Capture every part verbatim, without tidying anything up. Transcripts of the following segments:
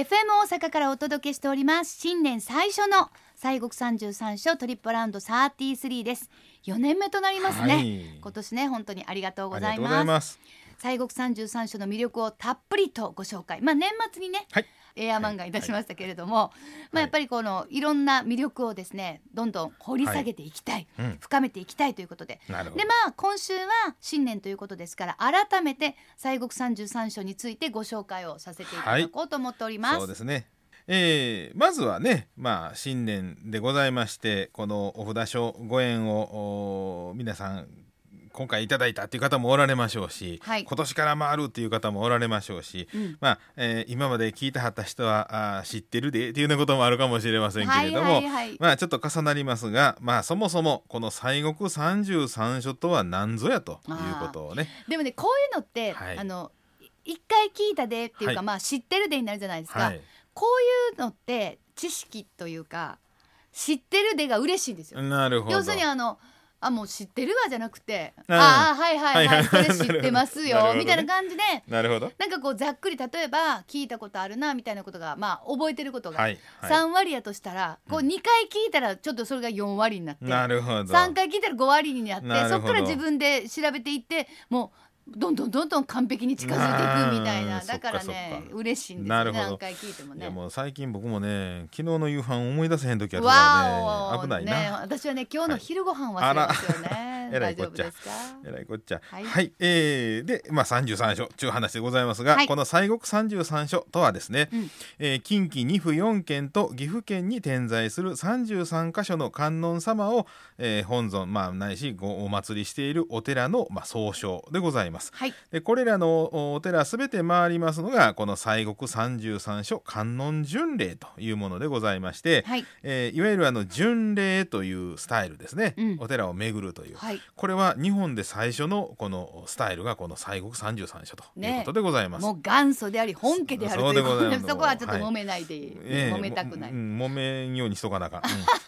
エフエム 大阪からお届けしております新年最初の西国三十三所トリップアラウンドさんじゅうさんです。よねんめとなりますね、はい、今年ね本当にありがとうございます西国三十三所の魅力をたっぷりとご紹介、まあ、年末にね、はい、エア漫画いたしましたけれども、はいまあ、やっぱりこのいろんな魅力をですねどんどん掘り下げていきたい、はいうん、深めていきたいということでで、まあ、今週は新年ということですから改めて西国三十三所についてご紹介をさせていただこうと思っております、はい、 そうですねえー、まずはね、まあ、新年でございましてこのお札所ご縁を皆さん今回いただいたっていう方もおられましょうし、はい、今年から回るっていう方もおられましょうし、うんまあえー、今まで聞いてはった人はあ知ってるでっていうようなこともあるかもしれませんけれども、はいはいはいまあ、ちょっと重なりますが、まあ、そもそもこの西国三十三所とは何ぞやということをねでもねこういうのって、はい、あの一回聞いたでっていうか、はいまあ、知ってるでになるじゃないですか、はい、こういうのって知識というか知ってるでが嬉しいんですよ。 なるほど。 要するにあのあもう知ってるわじゃなくてああはいはいはいこれ知ってますよみたいな感じでなるほど。 なんかこうざっくり例えば聞いたことあるなみたいなことがまあ覚えてることがさんわりやとしたらこうにかい聞いたらちょっとそれがよんわりになってなるほどさんかい聞いたらごわりになってそこから自分で調べていってもうどんどんどんどん完璧に近づいていくみたいなだからね嬉しいんですよね何回聞いてもね。 いやもう最近僕もね昨日の夕飯思い出せへん時あるからね危ないな、 ね、私はね今日の昼ご飯忘れますよね、はい、大丈夫ですかえらいこっちゃはい、はいえー、で、まあ、三十三所という話でございますが、はい、この西国三十三所とはですね、うんえー、近畿に府よん県と岐阜県に点在するさんじゅうさんかしょの観音様を、えー、本尊、まあ、ないしごお祭りしているお寺の、まあ、総称でございます。はい、でこれらのお寺すべて回りますのがこの西国三十三所観音巡礼というものでございまして、はいえー、いわゆるあの巡礼というスタイルですね、うん、お寺を巡るという、はい、これは日本で最初のこのスタイルがこの西国三十三所ということでございます、 ね、もう元祖であり本家であるということでそこはちょっと揉めないで、はい、揉めたくない、 えー、も、うん、揉めんようにしとかなか、うん、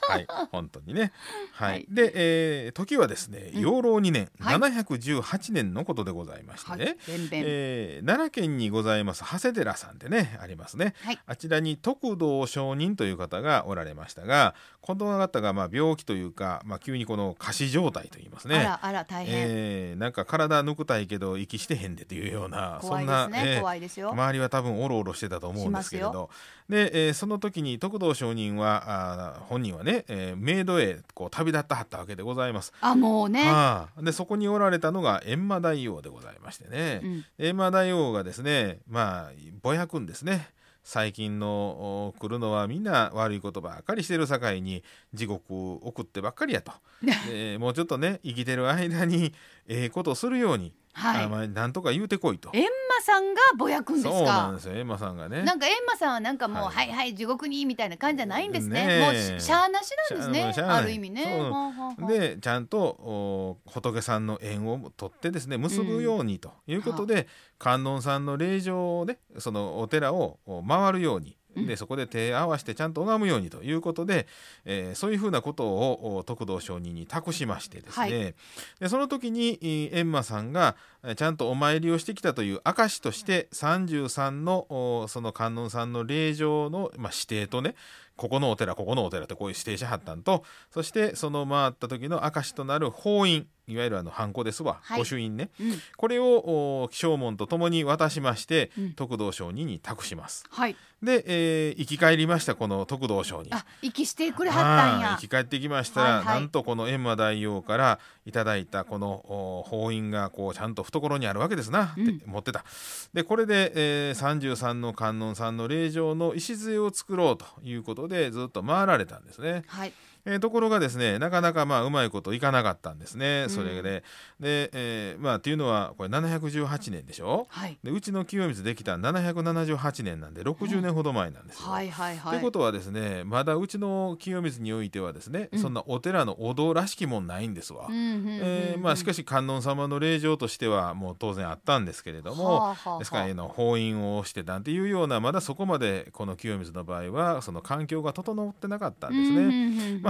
はい本当にね、はいはい、で、えー、時はですね養老にねん、うん、ななひゃくじゅうはちねんのことでございますはい、えー、奈良県にございます長谷寺さんでねありますね、はい、あちらに徳道上人という方がおられましたがこの方がまあ病気というか、まあ、急にこの仮死状態といいますねあらあら大変、 えー、なんか体抜くたいけど息してへんでというような怖いですね、そんな、えー、怖いですよ周りは多分オロオロしてたと思うんですけれどで、えー、その時に徳道上人はあ本人はね、えー、冥土へこう旅立ったはったわけでございます。 あもうね、 はあ、でそこにおられたのが閻魔大王でございましてね、うん、閻魔大王がですねまあぼやくんですね最近の来るのはみんな悪いことばっかりしてるさかいに地獄を送ってばっかりやとでもうちょっとね生きてる間にええことするように、はいあまあ、なんとか言うてこいと閻魔さんがぼやくんですか。 そうなんですよ閻魔さんがねなんか閻魔さんはなんかもう、はい、はいはい地獄にみたいな感じじゃないんですね、ねもうしゃーなしなんですねある意味ねでちゃんと仏さんの縁を取ってですね結ぶようにということで、うん、観音さんの霊場をねそのお寺を回るようにでそこで手を合わせてちゃんと拝むようにということで、えー、そういうふうなことを徳道上人に託しましてですね、はい、でその時に閻魔さんがちゃんとお参りをしてきたという証としてさんじゅうさんのその観音さんの霊場の、まあ、指定とねここのお寺ここのお寺ってこういう指定しはったんとそしてその回った時の証となる法印いわゆるあのハンコですわ、はい、御朱印ね、うん、これを起請文とともに渡しまして、うん、徳道上人に託します、はい、で、えー、生き返りましたこの徳道上人あ生きしてくれはったんや生き返ってきましたら、はいはい、なんとこの閻魔大王からいただいたこの法印がこうちゃんと懐にあるわけですな、うん、って思ってたでこれで、えー、さんじゅうさんの観音さんの霊場の礎を作ろうということでずっと回られたんですね、はいえー、ところがですねなかなかまあうまいこといかなかったんですねそれで、うん、で、えー、まあっていうのはこれななひゃくじゅうはちねんでしょ、はい、でうちの清水できたななひゃくななじゅうはちねんなんでろくじゅうねんほど前なんですよ、うんはいはいはい、ということはですねまだうちの清水においてはですね、うん、そんなお寺のお堂らしきもんないんですわ、うんえーまあ、しかし観音様の霊場としてはもう当然あったんですけれども、はあはあ、ですからの法印をしてたっていうようなまだそこまでこの清水の場合はその環境が整ってなかったんですね、うんうんうんまあ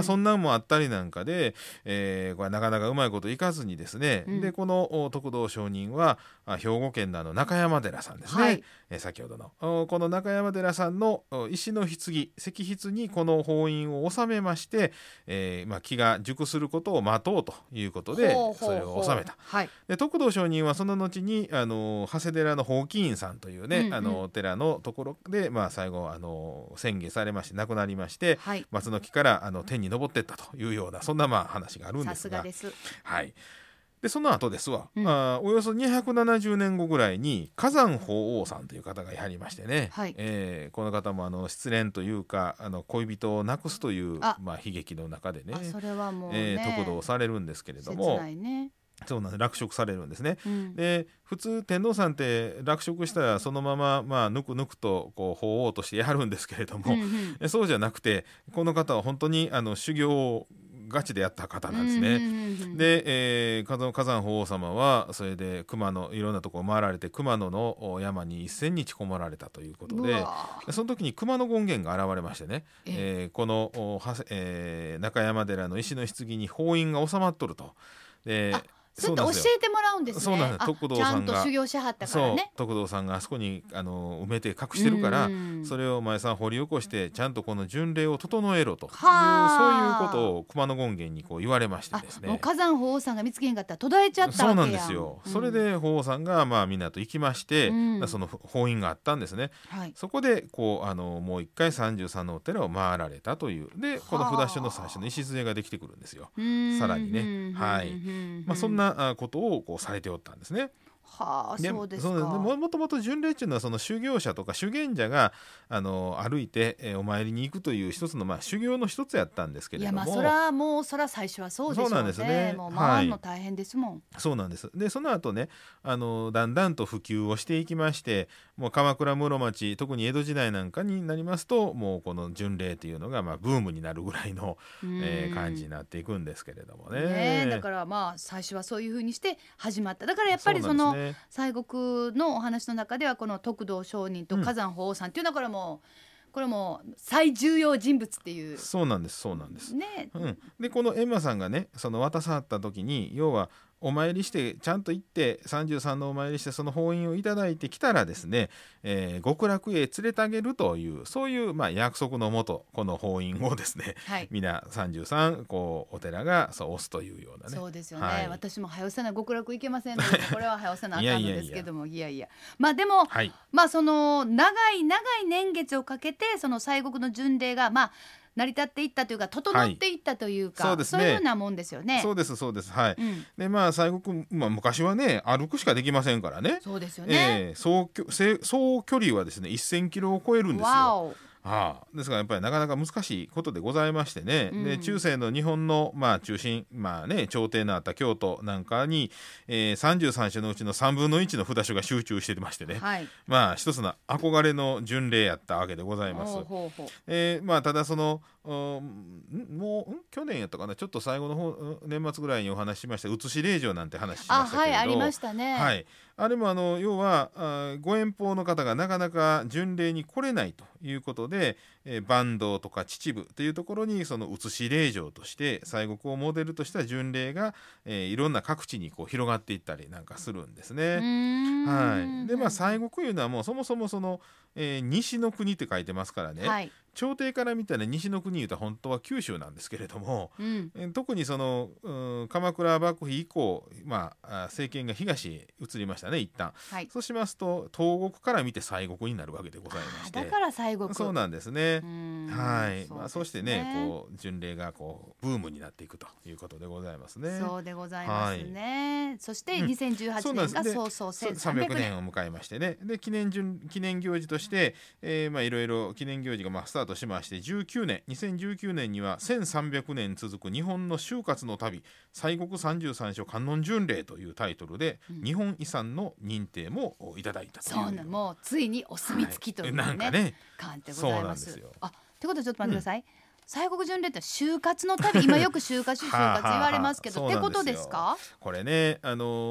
そんなんもあったりなんかで、えー、これなかなかうまいこといかずにですね、うん、でこの徳道上人は兵庫県のあの中山寺さんですね、はい、えー、先ほどのこの中山寺さんの石の棺石棺にこの法印を納めまして、えーまあ、気が熟することを待とうということでそれを納めた。 はい、 で徳道上人はその後にあの長谷寺の法規院さんというね、うんうん、あの寺のところで、まあ、最後あの宣言されまして亡くなりまして、はい、松の木からあの天に昇っていったというようなそんなまあ話があるんですが、 さすがです。 はい、でその後ですわ、 うん、 あおよそにひゃくななじゅうねんごぐらいに火山法王さんという方がやはりましてね、 はい、 えー、この方もあの失恋というかあの恋人を亡くすというまあ、悲劇の中でね、 それはもうね、えー、得度をされるんですけれども、 切ないね。 そうなんです、落飾されるんですね、 うん、 で普通天皇さんって落飾したらそのまま、まあ、ぬくぬくとこう法王としてやるんですけれども、 うんうん、 そうじゃなくてこの方は本当にあの修行をガチでやった方なんですね、 うんうんうん、で、 えー、火山、火山法王様はそれで熊野いろんなところを回られて熊野の山にせんにちこもられたということで、その時に熊野権現が現れましてね、えー、この、えー、中山寺の石の棺に法印が収まっとると。でそう教えてもらうんですね。 そうなんです。徳道さんがちゃんと修行しはったからね。 徳道さんがあそこにあの埋めて隠してるから、それを前さん掘り起こしてちゃんとこの巡礼を整えろというそういうことを熊野権現にこう言われましてですね。 もう火山法皇さんが見つけへんかったら途絶えちゃったわけやん。 そうなんですよ、うん、それで法皇さんがまあみんなと行きまして、うん、その法印があったんですね、はい、そこでこうあのもう一回さんじゅうさんのお寺を回られたというでこの札所の最初の礎ができてくるんですよ。さらにね、はい、まあそんなことをこうされておったんですね。 はあ、そうですか。 も, もともと巡礼っていうのはその修行者とか修験者があの歩いて、えー、お参りに行くという一つの、まあ、修行の一つやったんですけれども、 いやまあそらもうそら最初はそうでしょうね。 そうなんですね。 もう回るの大変ですもん、はい、 そうなんです。でその後ねあのだんだんと普及をしていきましてもう鎌倉室町特に江戸時代なんかになりますともうこの巡礼というのがまあブームになるぐらいの、えー、感じになっていくんですけれども ね, ねだからまあ最初はそういうふうにして始まった。だからやっぱりその西国のお話の中ではこの徳道上人と火山法皇さんっていうのはこれもうこれも最重要人物っていう。 そうなんですそうなんです、 ねうん、でこの閻魔さんがねその渡さはった時に要はお参りしてちゃんと行ってさんじゅうさんのお参りしてその法印をいただいてきたらですね、えー、極楽へ連れてあげるというそういうまあ約束のもとこの法印をですね、はい、皆さんじゅうさんこうお寺がそう押すというようなね。 そうですよね、はい、私も早せな極楽行けませんのでこれは早せなあかんのですけどもいやいやまあでも、はい、まあその長い長い年月をかけてその西国の巡礼がまあ成り立っていったというか整っていったというか、はい、そうですね、そういうようなもんですよね。 そうですそうですはい、うん、でまあ西国、まあ、昔はね歩くしかできませんからね。 そうですよね、 えー、総, 総距離はですねせんキロを超えるんですよ。はあ、ですからやっぱりなかなか難しいことでございましてね、うん、で中世の日本の、まあ、中心、まあね、朝廷のあった京都なんかに、えー、さんじゅうさん所のうちのさんぶんのいちの札所が集中してましてね、はい、まあ一つの憧れの巡礼やったわけでございます。ほうほうほう、えーまあ、ただそのもう去年やったかなちょっと最後の方年末ぐらいにお話ししました写し令状なんて話しましたけれど、 あ、はい、ありましたね、 はい、あれもあの要はあご遠方の方がなかなか巡礼に来れないということで、えー、坂東とか秩父というところにその写し令状として西国をモデルとした巡礼が、えー、いろんな各地にこう広がっていったりなんかするんですね。はい、でまあ西国いうのはもうそもそもその、えー、西の国って書いてますからね、はい、朝廷から見たら西の国いうと本当は九州なんですけれども、うん、特にその、うん、鎌倉幕府以降、まあ、政権が東へ移りましたね一旦、はい、そうしますと東国から見て西国になるわけでございまして、 だから西国そうなんですね。はい、まあ、そうしてねこう巡礼がこうブームになっていくということでございますね。 そうでございますね、はい、そしてにせんじゅうはちねんがそうそうせんさんびゃくねんを迎えましてねで記念順記念行事として、えー、まあいろいろ記念行事がまあスタートしましてじゅうきゅうねんにせんじゅうきゅうねんにはせんさんびゃくねん続く日本の就活の旅西国さんじゅうさん所観音巡礼というタイトルで、うん、日本遺産の認定もいただいたという。 そうなもうついにお墨付きというね、はい、なんかね感じでございます。そうなんですよ。あってことでちょっと待ってください、うん、西国巡礼って就活の旅今よく就活就活言われますけどってことですか。 これねあの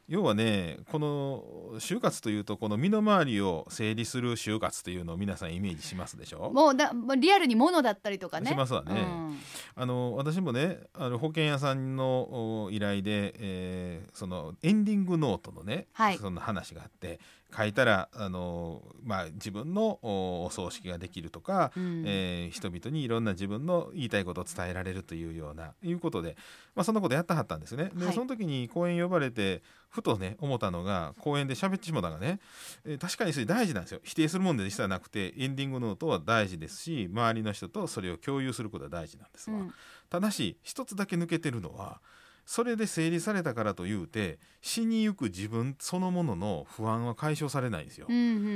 要はね、この就活というとこの身の回りを整理する就活というのを皆さんイメージしますでしょ。 もうだリアルに物だったりとかねしますわね、 うん、 あの私もね、あの保険屋さんの依頼で、えー、そのエンディングノートのね、はい、その話があって、書いたらあの、まあ、自分のお葬式ができるとか、うん、えー、人々にいろんな自分の言いたいことを伝えられるというようないうことで、まあ、そんなことやったはったんですね。で、はい、その時に講演呼ばれてふとね思ったのが、講演で喋ってしまったのがね、えー、確かにそれ大事なんですよ。否定するもんで実はなくて、エンディングノートは大事ですし、周りの人とそれを共有することは大事なんですが、うん、ただし一つだけ抜けてるのは、それで整理されたからというて死にゆく自分そのものの不安は解消されないんですよ、うんうんうんうん、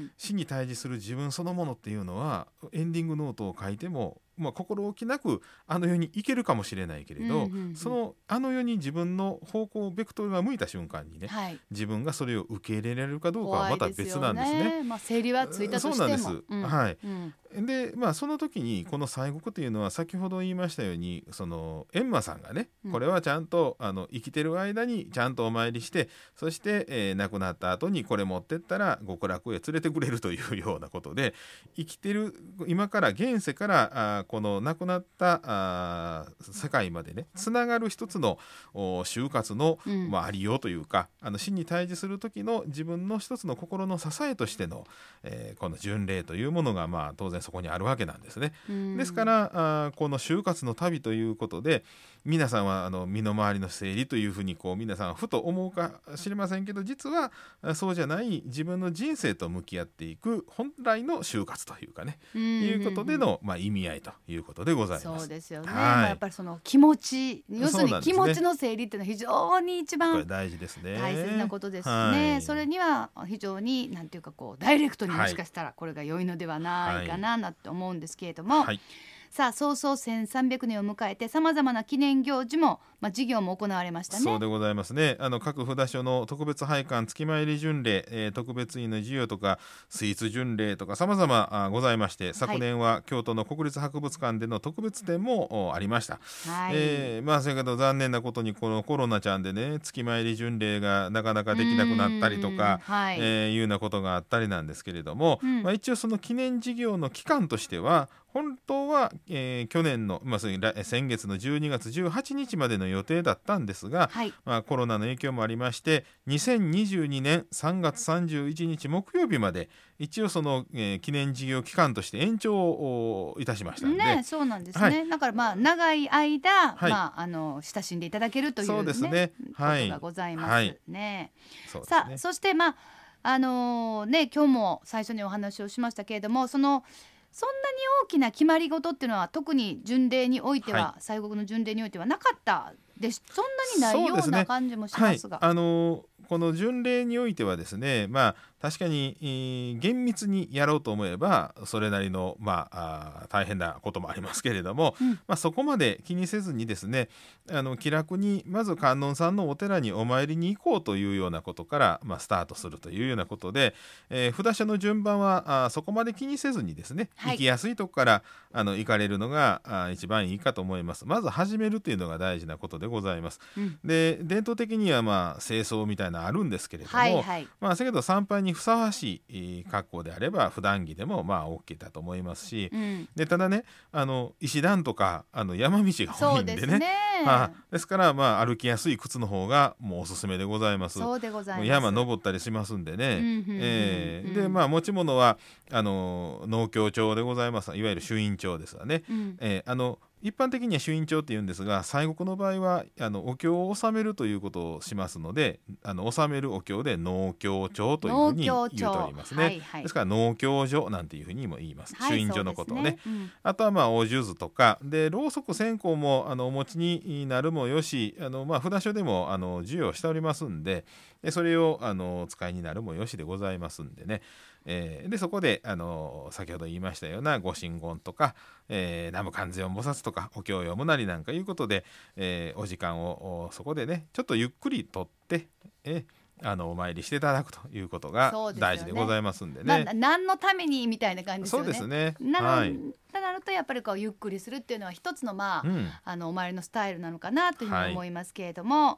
死に対峙する自分そのものっていうのはエンディングノートを書いても、まあ、心置きなくあの世に行けるかもしれないけれど、うんうんうん、そのあの世に自分の方向ベクトルが向いた瞬間にね、はい、自分がそれを受け入れられるかどうかはまた別なんですね。 怖いですよね。まあ、整理はついたとしても。 そうなんです、うん、はい、うん、で、まあ、その時にこの西国というのは先ほど言いましたように、その閻魔さんがね、これはちゃんとあの生きてる間にちゃんとお参りして、そして、えー、亡くなった後にこれ持ってったら極楽へ連れてくれるというようなことで、生きてる今から現世からあこの亡くなったあ世界までねつながる一つの就活の、うんまあ、ありようというか、あの死に対峙する時の自分の一つの心の支えとしての、えー、この巡礼というものが、まあ、当然そこにあるわけなんですね。ですからあこの就活の旅ということで、皆さんはあの身の回りの整理というふうにこう皆さんはふと思うか知りませんけど、実はそうじゃない自分の人生と向き合っていく本来の就活というかね、いうことでの、まあ、意味合いということでございます。 そうですよね、はい、まあ、やっぱりその気持ち、要するに気持ちの整理っていうのは非常に一番大事ですね。大切なことですね、はい、それには非常になんていうかこうダイレクトにもしかしたらこれが良いのではないかな、なって思うんですけれども、はい、さあ早々せんさんびゃくねんを迎えてさまざまな記念行事も、まあ、事業も行われましたね。 そうでございますね。あの各札所の特別拝観月参り巡礼、えー、特別院の授与とかスイーツ巡礼とかさまざまございまして、昨年は京都の国立博物館での特別展もありました、はい、えー、まあそれから残念なことにこのコロナちゃんでね月参り巡礼がなかなかできなくなったりとか、はい、えー、いうようなことがあったりなんですけれども、うん、まあ、一応その記念事業の期間としては本当は、えー、去年の、まあ、先月のじゅうにがつじゅうはちにちまでの予定だったんですが、はい、まあ、コロナの影響もありましてにせんにじゅうにねんさんがつさんじゅういちにち木曜日まで一応その、えー、記念事業期間として延長をいたしましたので、 ね、そうなんですね、はい、だからまあ長い間、はい、まあ、あの親しんでいただけるという、ね、 そうですね、はい、 ことがございますね、はい、さあそしてまああのー、ね今日も最初にお話をしましたけれども、そのそんなに大きな決まり事っていうのは特に巡礼においては、はい、西国の巡礼においてはなかったです。そんなにないような感じもしますが、 はい、あのー、この巡礼においてはですね、まあ確かに、えー、厳密にやろうと思えばそれなりの、まあ、あ大変なこともありますけれども、うん、まあ、そこまで気にせずにですね、あの気楽にまず観音さんのお寺にお参りに行こうというようなことから、まあ、スタートするというようなことで、えー、札所の順番はあそこまで気にせずにですね、はい、行きやすいとこからあの行かれるのがあ一番いいかと思います。まず始めるというのが大事なことでございます、うん、で伝統的にはまあ清掃みたいなのあるんですけれども、はいはい、まあ、だけど参拝にふさわしい格好であれば普段着でもまあ OK だと思いますし、うん、でただねあの石段とかあの山道が多いんでね、そうですね、はあ、ですからまあ歩きやすい靴の方がもうおすすめでございます。 そうでございます。 山登ったりしますんでね、うんうんうんうん、えー、でまあ持ち物はあの農協帳でございます。いわゆる朱印帳ですわね、うん、えー、あの一般的には朱印帳って言うんですが、西国の場合はあのお経を納めるということをしますので、あの納めるお経で農協帳というふうに言うとおりますね、はいはい、ですから農協所なんていうふうにも言います、はい、朱印帳のことを ね, ね、うん、あとはまあお数珠とかでろうそく線香もあのお持ちになるもよし、あの、まあ、札所でもあの授与しておりますんで、でそれをあのお使いになるもよしでございますんでね、えー、でそこであの先ほど言いましたようなご神言とか、えー、南無観世音菩薩とかお経を読むなりなんかいうことで、えー、お時間をそこでねちょっとゆっくりとって、えー、あのお参りしていただくということが大事でございますんでね。 な何のためにみたいな感じですよね。 そうですね。 なの、はい、となるとやっぱりこうゆっくりするっていうのは一つのまあ、うん、あのお参りのスタイルなのかなというふうに思いますけれども、はい、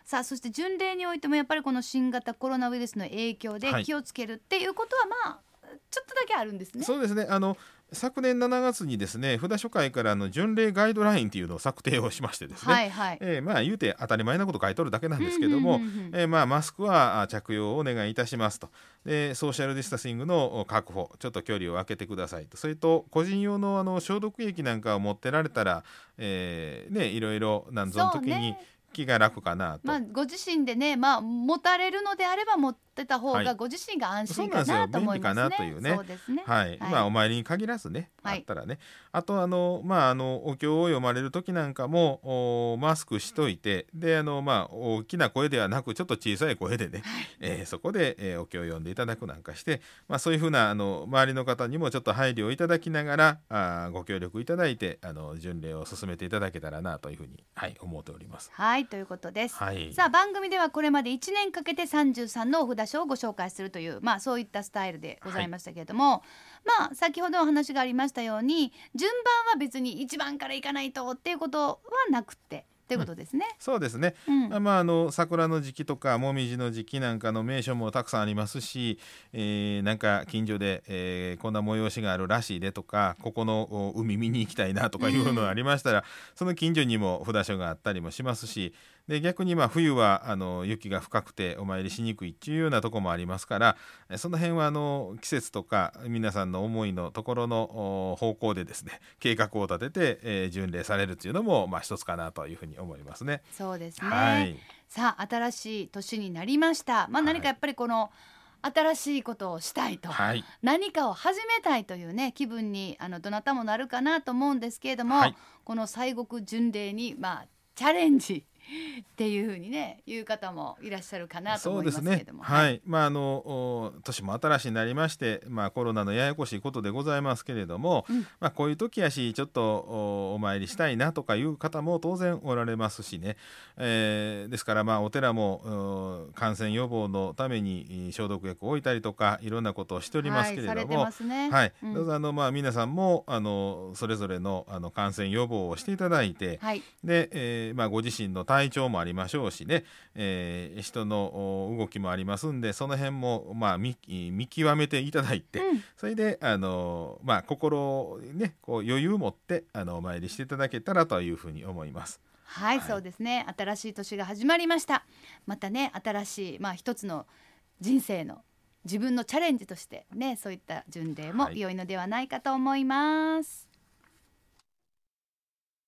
さあそして巡礼においてもやっぱりこの新型コロナウイルスの影響で気をつけるっていうことはまあちょっとだけあるんですね。 そうですね。あの昨年しちがつにですね、札所会からの巡礼ガイドラインっていうのを策定をしましてですね、 はいはい、 えー、まあ言うて当たり前なこと書いとるだけなんですけども、えー、まあマスクは着用をお願いいたしますと、でソーシャルディスタンシングの確保、ちょっと距離を空けてくださいと、それと個人用のあの消毒液なんかを持ってられたら、えー、ねいろいろなんぞの時に気が楽かなと、 まあ、ご自身でね、まあ、持たれるのであれば持ってた方がご自身が安心かなと思いますね。 そうなんですよ。便利かなというね。 そうですね。 はい。はい、まあお参りに限らずね、はい、あったらね。あとあのまああのお経を読まれる時なんかもマスクしといて、であのまあ大きな声ではなくちょっと小さい声でね、はい、えー、そこで、えー、お経を読んでいただくなんかして、まあそういうふうなあの周りの方にもちょっと配慮をいただきながらあご協力いただいてあの巡礼を進めていただけたらなというふうに、はい、思っております。 はいということです。 はい、 さあ番組ではこれまでいちねんかけてさんじゅうさんのお札書をご紹介するという、まあ、そういったスタイルでございましたけれども、はい、まあ先ほどお話がありましたように順番は別にいちばんからいかないとっていうことはなくてということですね。 うん、そうですね、うん、まあ、あの桜の時期とかもみじの時期なんかの名所もたくさんありますし、えー、なんか近所で、えー、こんな催しがあるらしいでとか、ここの海見に行きたいなとかいうのがありましたら、うん、その近所にも札所があったりもしますし、で逆にまあ冬はあの雪が深くてお参りしにくいっていうようなところもありますから、その辺はあの季節とか皆さんの思いのところの方向でですね計画を立てて、えー、巡礼されるっていうのもまあ一つかなというふうに思いますね。 そうですね、 はい、 さあ新しい年になりました、まあ、何かやっぱりこの新しいことをしたいと、はい、何かを始めたいというね気分にあのどなたもなるかなと思うんですけれども、はい、この西国巡礼にまあチャレンジっていうふうにね言う方もいらっしゃるかなと思いますけれども、 そうですね、はい、まああの年も新しになりまして、まあ、コロナのややこしいことでございますけれども、うん、まあ、こういう時やしちょっと お, お参りしたいなとかいう方も当然おられますしね、えー、ですからまあお寺も感染予防のために消毒薬を置いたりとかいろんなことをしておりますけれども、はい、されてますね、はい、うん、どうぞあの、まあ、皆さんもあのそれぞれ の, あの感染予防をしていただいて、はい、で、えーまあ、ご自身の体調もありましょうしね、えー、人の動きもありますんで、その辺も、まあ、見, 見極めていただいて、うん、それであの、まあ、心ねこう余裕を持ってあのお参りしていただけたらというふうに思います。 はい、はい、そうですね。新しい年が始まりました。またね新しい、まあ、一つの人生の自分のチャレンジとしてねそういった巡礼も良いのではないかと思います。